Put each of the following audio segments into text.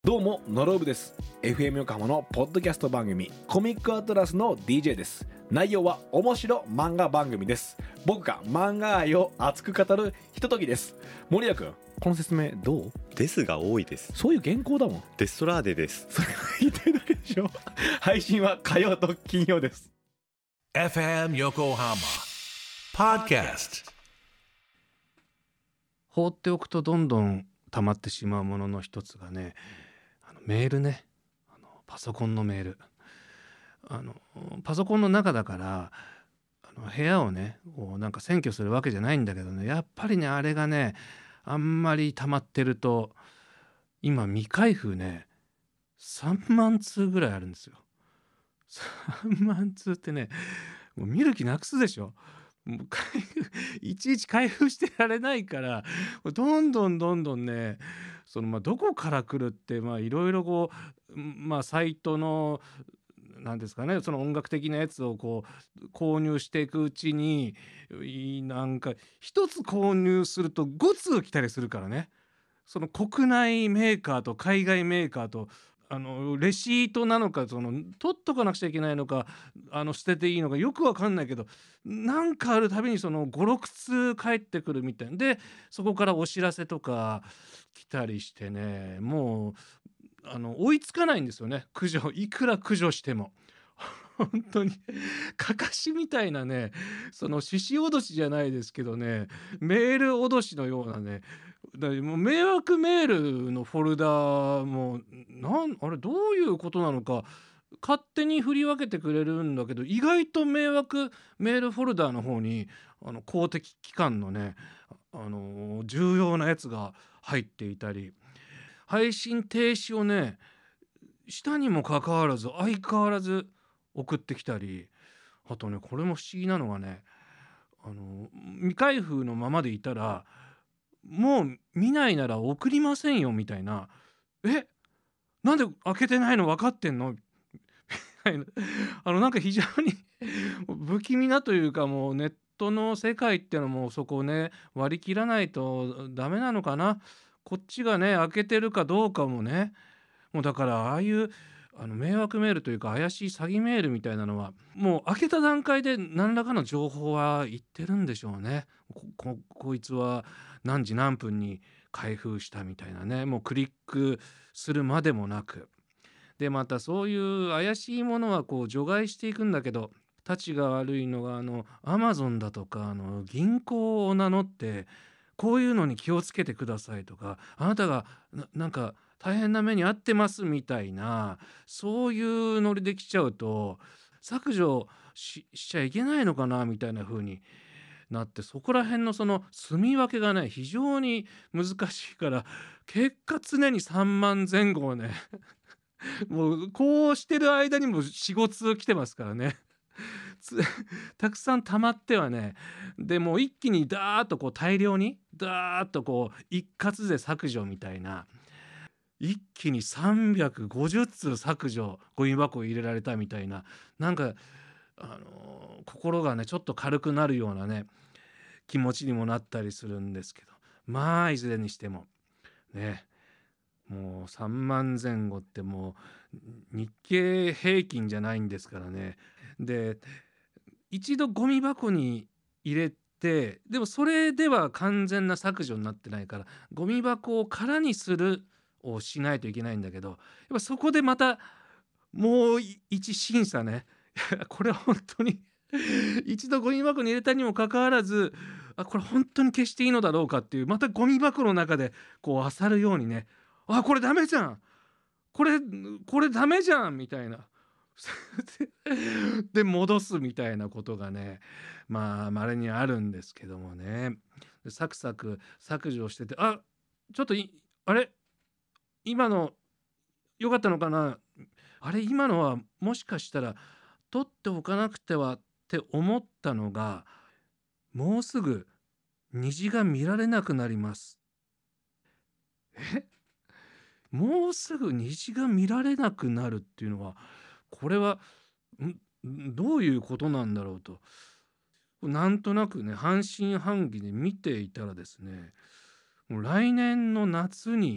どうもノロブです。 FM 横浜のポッドキャスト番組コミックアトラスの DJ です。内容は面白漫画番組です。僕が漫画愛を熱く語るひとときです。森谷君、この説明どう？ ですが多いです。 そういう原稿だもん。 デストラーデです。 それが言いたいだけでしょ。配信は火曜と金曜です。 FM 横浜 Podcast。 放っておくとどんどん溜まってしまうものの一つがね、メールね、パソコンのメール、パソコンの中だから部屋をねこうなんか占拠するわけじゃないんだけどね、やっぱりねあれがねあんまり溜まってると、今未開封ね3万通ぐらいあるんですよ。3万通ってね、もう見る気なくすでしょ。もういちいち開封してられないから、どんどんね、どこから来るっていろいろこう、サイトのなんですかね、その音楽的なやつをこう購入していくうちに、なんか一つ購入すると5通来たりするからね。その国内メーカーと海外メーカーとレシートなのか、取っとかなくちゃいけないのか、捨てていいのかよくわかんないけど、なんかあるたびにその5、6通返ってくるみたいで、そこからお知らせとか来たりしてね、もう追いつかないんですよね、いくら駆除しても。本当にかかしみたいなね、獅子脅しじゃないですけどね、メール脅しのようなね、もう迷惑メールのフォルダもあれどういうことなのか、勝手に振り分けてくれるんだけど、意外と迷惑メールフォルダの方に公的機関のね重要なやつが入っていたり、配信停止をねしたにもかかわらず相変わらず送ってきたり、あとねこれも不思議なのがね、未開封のままでいたらもう見ないなら送りませんよみたいな、なんで開けてないの分かってんのみたいな、なんか非常に不気味なというか、もうネットの世界っていうのもそこをね割り切らないとダメなのかな。こっちがね開けてるかどうかもね、もうだからああいう迷惑メールというか怪しい詐欺メールみたいなのはもう開けた段階で何らかの情報は言ってるんでしょうね。こいつは何時何分に開封したみたいなね、もうクリックするまでもなく、でまたそういう怪しいものはこう除外していくんだけど、たちが悪いのがアマゾンだとか銀行を名乗って、こういうのに気をつけてくださいとか、あなたがなんか大変な目に遭ってますみたいな、そういうノリで来ちゃうと削除 しちゃいけないのかなみたいな風になって、そこら辺の住み分けがね非常に難しいから、結果常に3万前後をねもうこうしてる間にも4、5通来てますからね。たくさん溜まってはね、でもう一気にダーッとこう大量にダーッとこう一括で削除みたいな、一気に350通削除、ゴミ箱入れられたみたいな、なんか心がねちょっと軽くなるようなね気持ちにもなったりするんですけど、いずれにしてもね、もう3万前後ってもう日経平均じゃないんですからね。で一度ゴミ箱に入れて、でもそれでは完全な削除になってないから、ゴミ箱を空にするをしないといけないんだけど、やっぱそこでまたもう一審査ね。これ本当に一度ゴミ箱に入れたにもかかわらず、これ本当に消していいのだろうかっていう、またゴミ箱の中でこう漁るようにね、これダメじゃん、これダメじゃんみたいなで戻すみたいなことがね稀にあるんですけどもね。でサクサク削除してて、ちょっとあれ今の良かったのかな、今のはもしかしたら取っておかなくてはって思ったのが、もうすぐ虹が見られなくなります。もうすぐ虹が見られなくなるっていうのは、これはどういうことなんだろうと、なんとなくね半信半疑で見ていたらですね、もう来年の夏に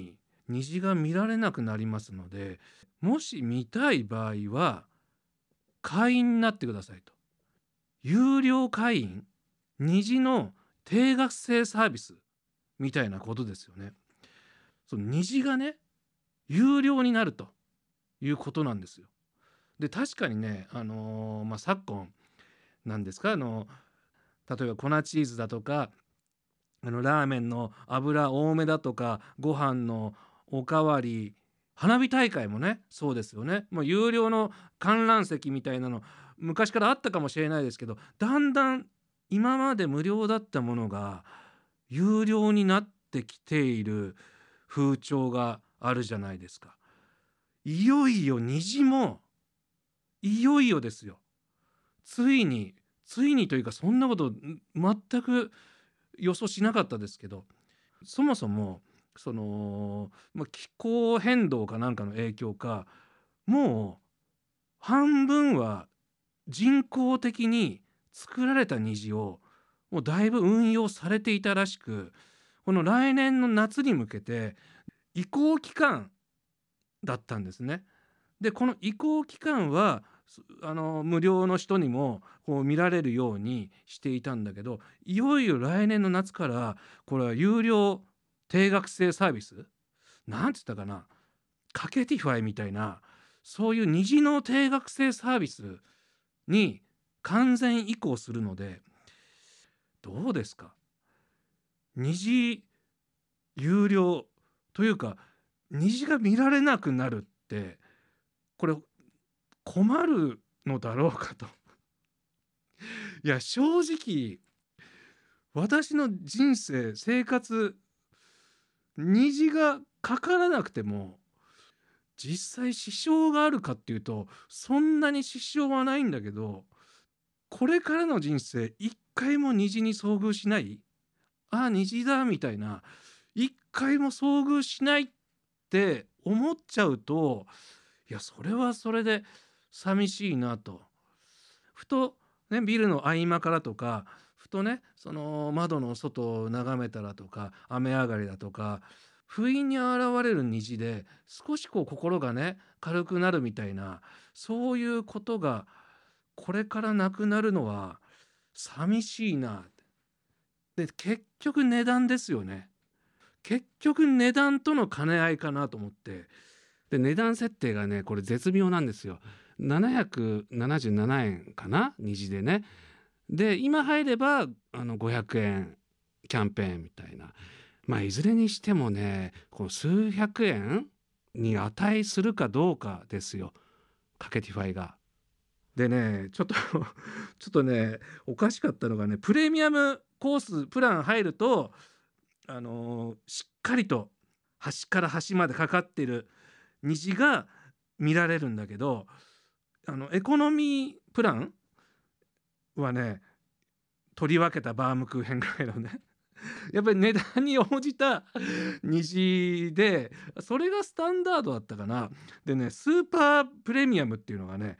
虹が見られなくなりますので、もし見たい場合は会員になってくださいと。有料会員、虹の定額制サービスみたいなことですよね。その虹がね有料になるということなんですよ。で確かにね、昨今なんですか、例えば粉チーズだとかラーメンの油多めだとかご飯のおかわり、花火大会もねそうですよね。有料の観覧席みたいなの昔からあったかもしれないですけど、だんだん今まで無料だったものが有料になってきている風潮があるじゃないですか。いよいよ虹もいよいよですよ。ついにというか、そんなこと全く予想しなかったですけど、そもそも気候変動かなんかの影響か、もう半分は人工的に作られた虹をもうだいぶ運用されていたらしく、この来年の夏に向けて移行期間だったんですね。でこの移行期間は無料の人にもこう見られるようにしていたんだけど、いよいよ来年の夏からこれは有料定額制サービス、なんて言ったかな、カケティファイみたいな、そういう虹の定額制サービスに完全移行するので、どうですか、虹有料というか虹が見られなくなるって、これ困るのだろうかといや正直私の人生生活、虹がかからなくても実際支障があるかっていうとそんなに支障はないんだけど、これからの人生一回も虹に遭遇しない、ああ虹だみたいな、一回も遭遇しないって思っちゃうと、いやそれはそれで寂しいなと。ふとね、ビルの合間からとか、ふとねその窓の外を眺めたらとか、雨上がりだとか不意に現れる虹で少しこう心がね軽くなるみたいな、そういうことがこれからなくなるのは寂しいな。で結局値段ですよね。結局値段との兼ね合いかなと思って、で値段設定がねこれ絶妙なんですよ。777円かな、虹でね。で今入れば500円キャンペーンみたいな、いずれにしてもねこの数百円に値するかどうかですよ、カケティファイが。でねちょっとねおかしかったのがね、プレミアムコースプラン入るとしっかりと端から端までかかってる虹が見られるんだけど、エコノミープランはね取り分けたバームクーヘンぐらいのねやっぱり値段に応じた虹で、それがスタンダードだったかな。でねスーパープレミアムっていうのがね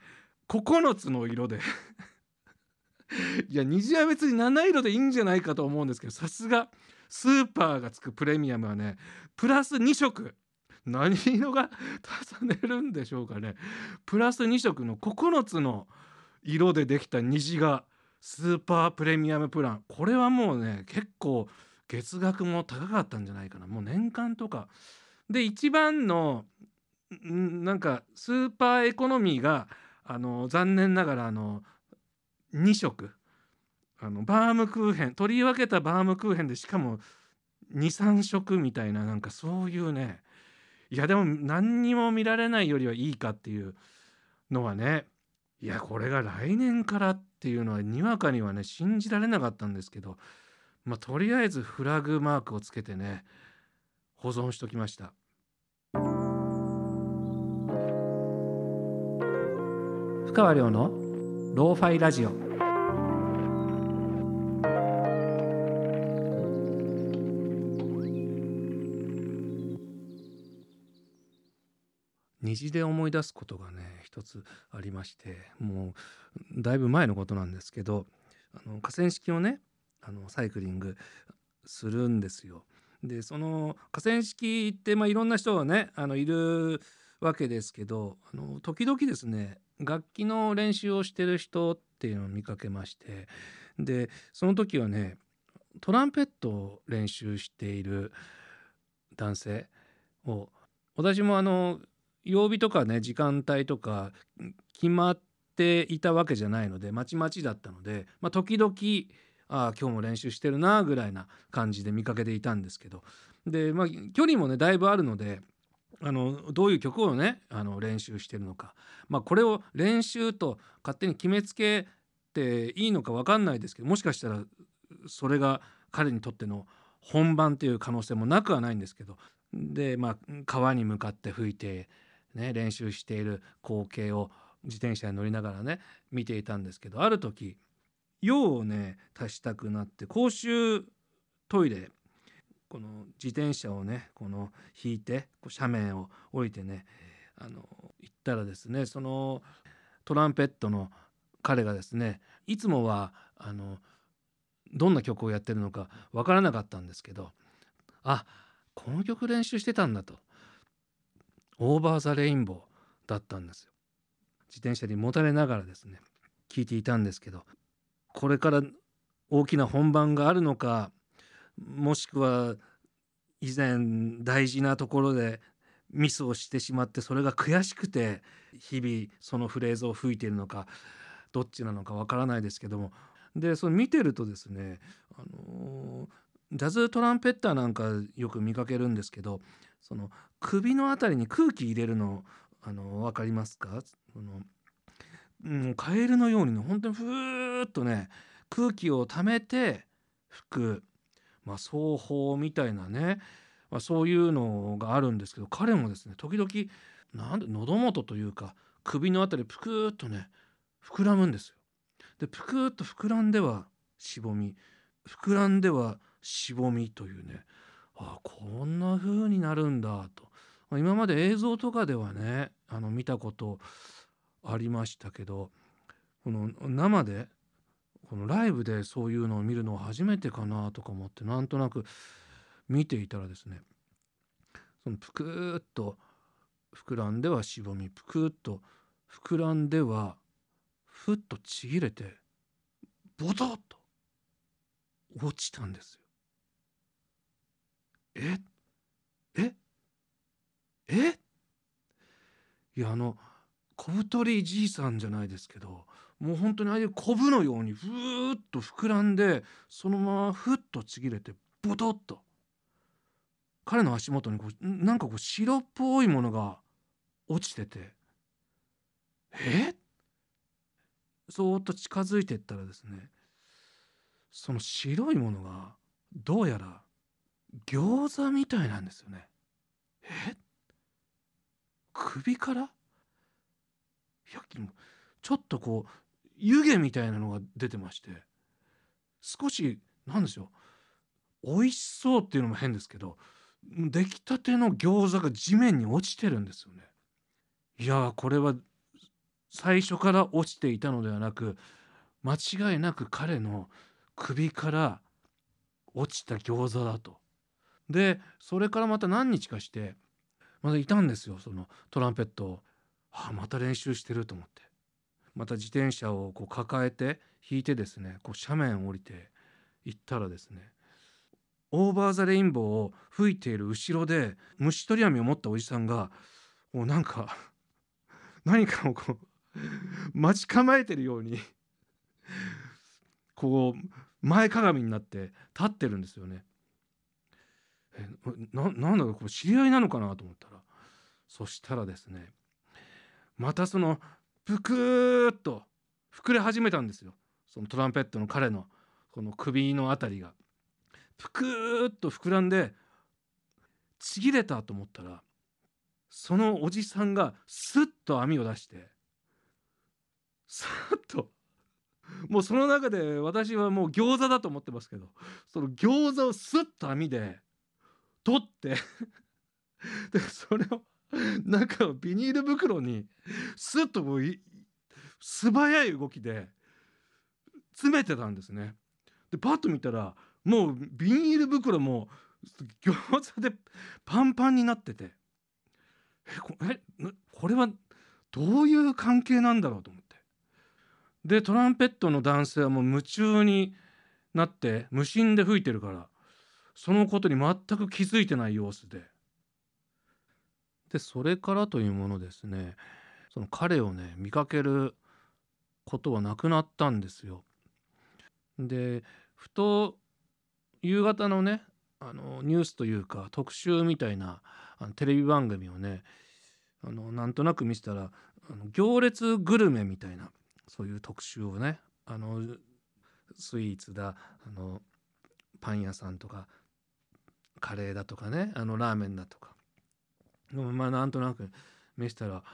9つの色でいや虹は別に7色でいいんじゃないかと思うんですけど、さすがスーパーがつくプレミアムはねプラス2色、何色が重ねるんでしょうかね、プラス2色の9つの色でできた虹がスーパープレミアムプラン、これはもうね結構月額も高かったんじゃないかな、もう年間とかで。一番のなんかスーパーエコノミーが残念ながら2色バームクーヘン、取り分けたバームクーヘンでしかも 2,3 色みたいな、なんかそういうね、いやでも何にも見られないよりはいいかっていうのはね、いやこれが来年からっていうのはにわかにはね信じられなかったんですけど、とりあえずフラグマークをつけてね保存しときました。深川亮のローファイラジオ。虹で思い出すことがね一つありまして、もうだいぶ前のことなんですけど、河川敷をねサイクリングするんですよ。 でその河川敷って、いろんな人がねいるわけですけど、時々ですね楽器の練習をしてる人っていうのを見かけまして、でその時はねトランペットを練習している男性を、私も曜日とかね時間帯とか決まっていたわけじゃないのでまちまちだったので、時々今日も練習してるなぐらいな感じで見かけていたんですけど、で、距離もねだいぶあるのでどういう曲をね練習してるのか、これを練習と勝手に決めつけていいのか分かんないですけど、もしかしたらそれが彼にとっての本番という可能性もなくはないんですけど、で川に向かって吹いて、練習している光景を自転車に乗りながらね見ていたんですけど、ある時用をね足したくなって公衆トイレ、この自転車をね引いて斜面を降りてね行ったらですね、そのトランペットの彼がですね、いつもはどんな曲をやってるのかわからなかったんですけど、この曲練習してたんだと、オーバーザレインボーだったんですよ。自転車にもたれながらですね聴いていたんですけど、これから大きな本番があるのか、もしくは以前大事なところでミスをしてしまってそれが悔しくて日々そのフレーズを吹いているのか、どっちなのかわからないですけども、でそれ見てるとですね、ジャズトランペッターなんかよく見かけるんですけど、その首のあたりに空気入れるの分かりますか？カエルのようにね本当にふーっとね空気を溜めて吹く、奏法みたいなね、そういうのがあるんですけど、彼もですね時々喉元というか首のあたりぷくーっとね膨らむんですよ。でぷくーっと膨らんではしぼみ、膨らんではしぼみというね、こんな風になるんだと、今まで映像とかではね見たことありましたけど、この生でこのライブでそういうのを見るのは初めてかなとか思ってなんとなく見ていたらですね、そのぷくーっと膨らんではしぼみ、ぷくーっと膨らんではふっとちぎれてボトッと落ちたんですよ。いや小太りじいさんじゃないですけど、もう本当にああいうコブのようにふーっと膨らんでそのままふっとちぎれてボトッと彼の足元になんか白っぽいものが落ちてて、そーっと近づいていったらですね、その白いものがどうやら餃子みたいなんですよね。首から、ちょっと湯気みたいなのが出てまして、少しなんですよ、美味しそうっていうのも変ですけど、出来たての餃子が地面に落ちてるんですよね。いやこれは最初から落ちていたのではなく、間違いなく彼の首から落ちた餃子だと。でそれからまた何日かしてまたいたんですよ、そのトランペットを。また練習してると思って、また自転車を抱えて引いてですね斜面を降りて行ったらですね、オーバーザレインボーを吹いている後ろで虫取り網を持ったおじさんがもう何かを待ち構えてるように前かがみになって立ってるんですよね。なんだろう、知り合いなのかなと思ったら、そしたらですね、またそのぷくーっと膨れ始めたんですよ。そのトランペットの彼のこの首のあたりがぷくーっと膨らんでちぎれたと思ったら、そのおじさんがスッと網を出してスッと、もうその中で私はもう餃子だと思ってますけど、その餃子をスッと網で取ってでそれを中をビニール袋にスッと素早い動きで詰めてたんですね。でパッと見たらもうビニール袋も餃子でパンパンになってて、これはどういう関係なんだろうと思って、でトランペットの男性はもう夢中になって無心で吹いてるから、そのことに全く気づいてない様子で、それからというものですね、その彼をね見かけることはなくなったんですよ。でふと夕方のねニュースというか特集みたいなテレビ番組をねなんとなく見せたら行列グルメみたいなそういう特集をねスイーツだパン屋さんとかカレーだとかねラーメンだとかなんとなく見せたら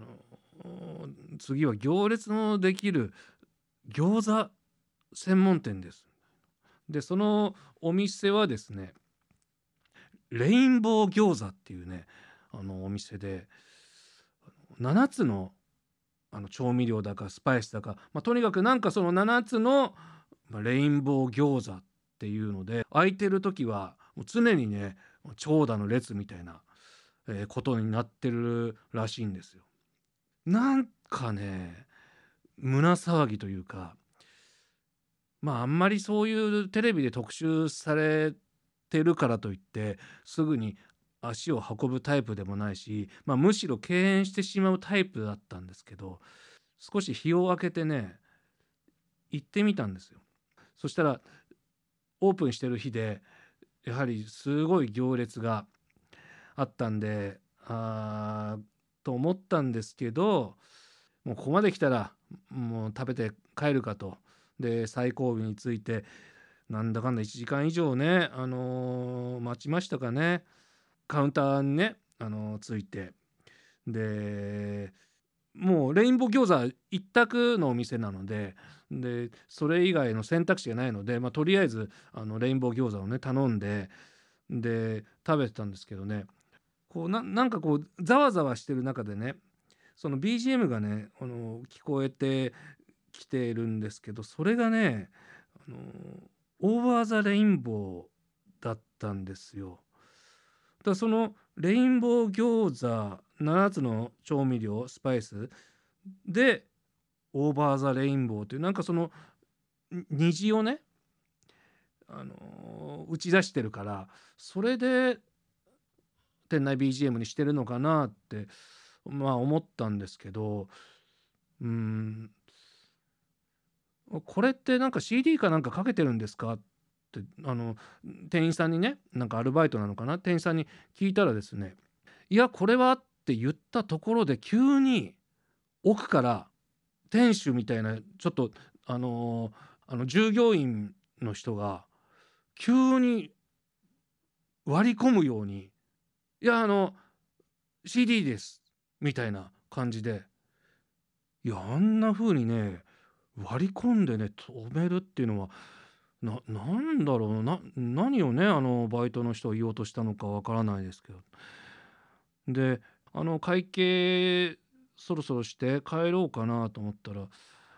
次は行列のできる餃子専門店です。でそのお店はですねレインボー餃子っていうねお店で7つの調味料だかスパイスだか、とにかくなんかその7つのレインボー餃子っていうので、空いてる時はもう常にね長蛇の列みたいな、ことになってるらしいんですよ。なんかね胸騒ぎというか、あんまりそういうテレビで特集されてるからといってすぐに足を運ぶタイプでもないし、むしろ敬遠してしまうタイプだったんですけど、少し日を空けてね行ってみたんですよ。そしたらオープンしてる日でやはりすごい行列があったんでと思ったんですけど、もうここまで来たらもう食べて帰るかと。で最後尾についてなんだかんだ1時間以上ね、待ちましたかね。カウンターにねついて、でもうレインボー餃子一択のお店なので、それ以外の選択肢がないので、とりあえずレインボー餃子をね頼んで、食べてたんですけどね、なんかざわざわしてる中でね、その BGM がね聞こえてきてるんですけど、それがねオーバーザレインボーだったんですよ。だからそのレインボー餃子7つの調味料スパイスでオーバーザレインボーというなんかその虹をね打ち出してるから、それで店内 BGM にしてるのかなって思ったんですけど、これってなんか CD かなんかかけてるんですかって店員さんにね、なんかアルバイトなのかな、店員さんに聞いたらですね、いやこれはって言ったところで急に奥から店主みたいなちょっと従業員の人が急に割り込むように、いやCD ですみたいな感じで、いやあんな風にね割り込んでね止めるっていうのはなんだろうな、何をねバイトの人を言おうとしたのかわからないですけど、で会計そろそろして帰ろうかなと思ったら、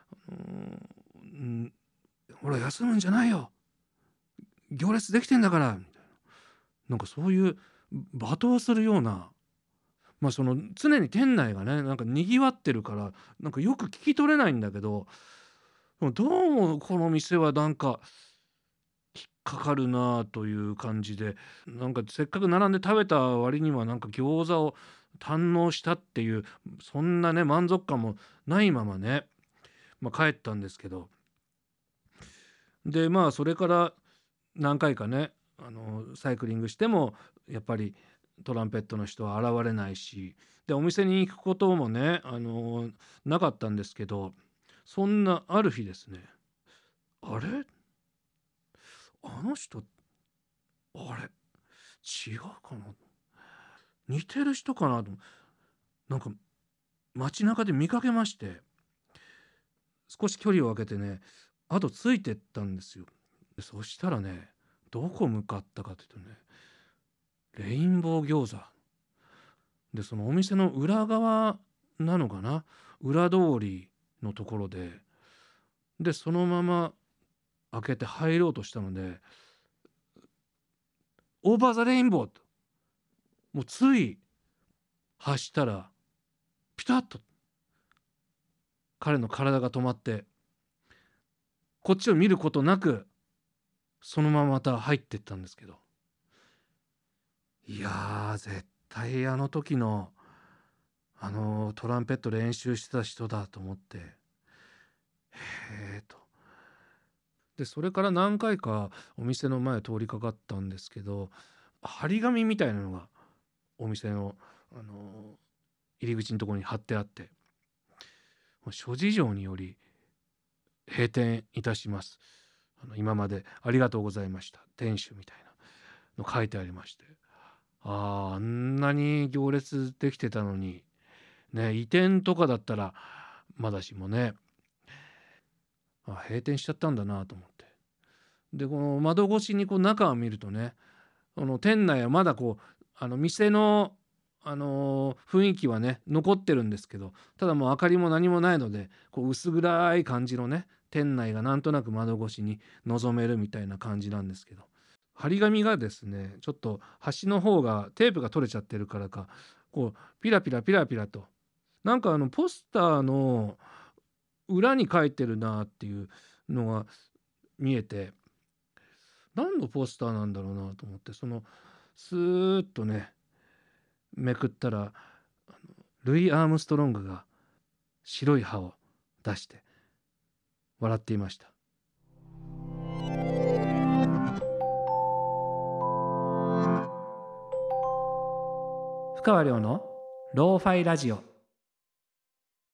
ほら休むんじゃないよ、行列できてんだからみたいな、なんかそういう罵倒するような、その常に店内がねなんか賑わってるからなんかよく聞き取れないんだけど、どうもこの店はなんか引っかかるなという感じで、なんかせっかく並んで食べた割にはなんか餃子を堪能したっていうそんなね満足感もないままね、帰ったんですけど、でそれから何回かねサイクリングしてもやっぱりトランペットの人は現れないし、でお店に行くこともねなかったんですけど、そんなある日ですね、あれあの人あれ違うかな、似てる人かなと、なんか街中で見かけまして、少し距離を空けてね後ついてったんですよ。そしたらねどこ向かったかというとねレインボー餃子で、そのお店の裏側なのかな、裏通りのところでそのまま開けて入ろうとしたので、 オーバーザレインボーと、もうつい発したらピタッと彼の体が止まって、こっちを見ることなくそのまままた入っていったんですけど、いやー絶対あの時のトランペット練習してた人だと思って、へえと。でそれから何回かお店の前通りかかったんですけど、張り紙みたいなのがお店の、入り口のところに貼ってあって、諸事情により閉店いたします、今までありがとうございました、店主みたいなの書いてありまして、あんなに行列できてたのにね、移転とかだったらまだしもね、閉店しちゃったんだなと思って、でこの窓越しにこう中を見るとね、店内はまだこう店の雰囲気はね残ってるんですけど、ただもう明かりも何もないので、こう薄暗い感じのね店内がなんとなく窓越しに望めるみたいな感じなんですけど、張り紙がですね、ちょっと端の方がテープが取れちゃってるからか、こうピラピラピラピラと、なんかポスターの裏に書いてるなっていうのが見えて、何のポスターなんだろうなと思って、スーッとねめくったら、ルイ・アームストロングが白い歯を出して笑っていました。深川亮のローファイラジオ。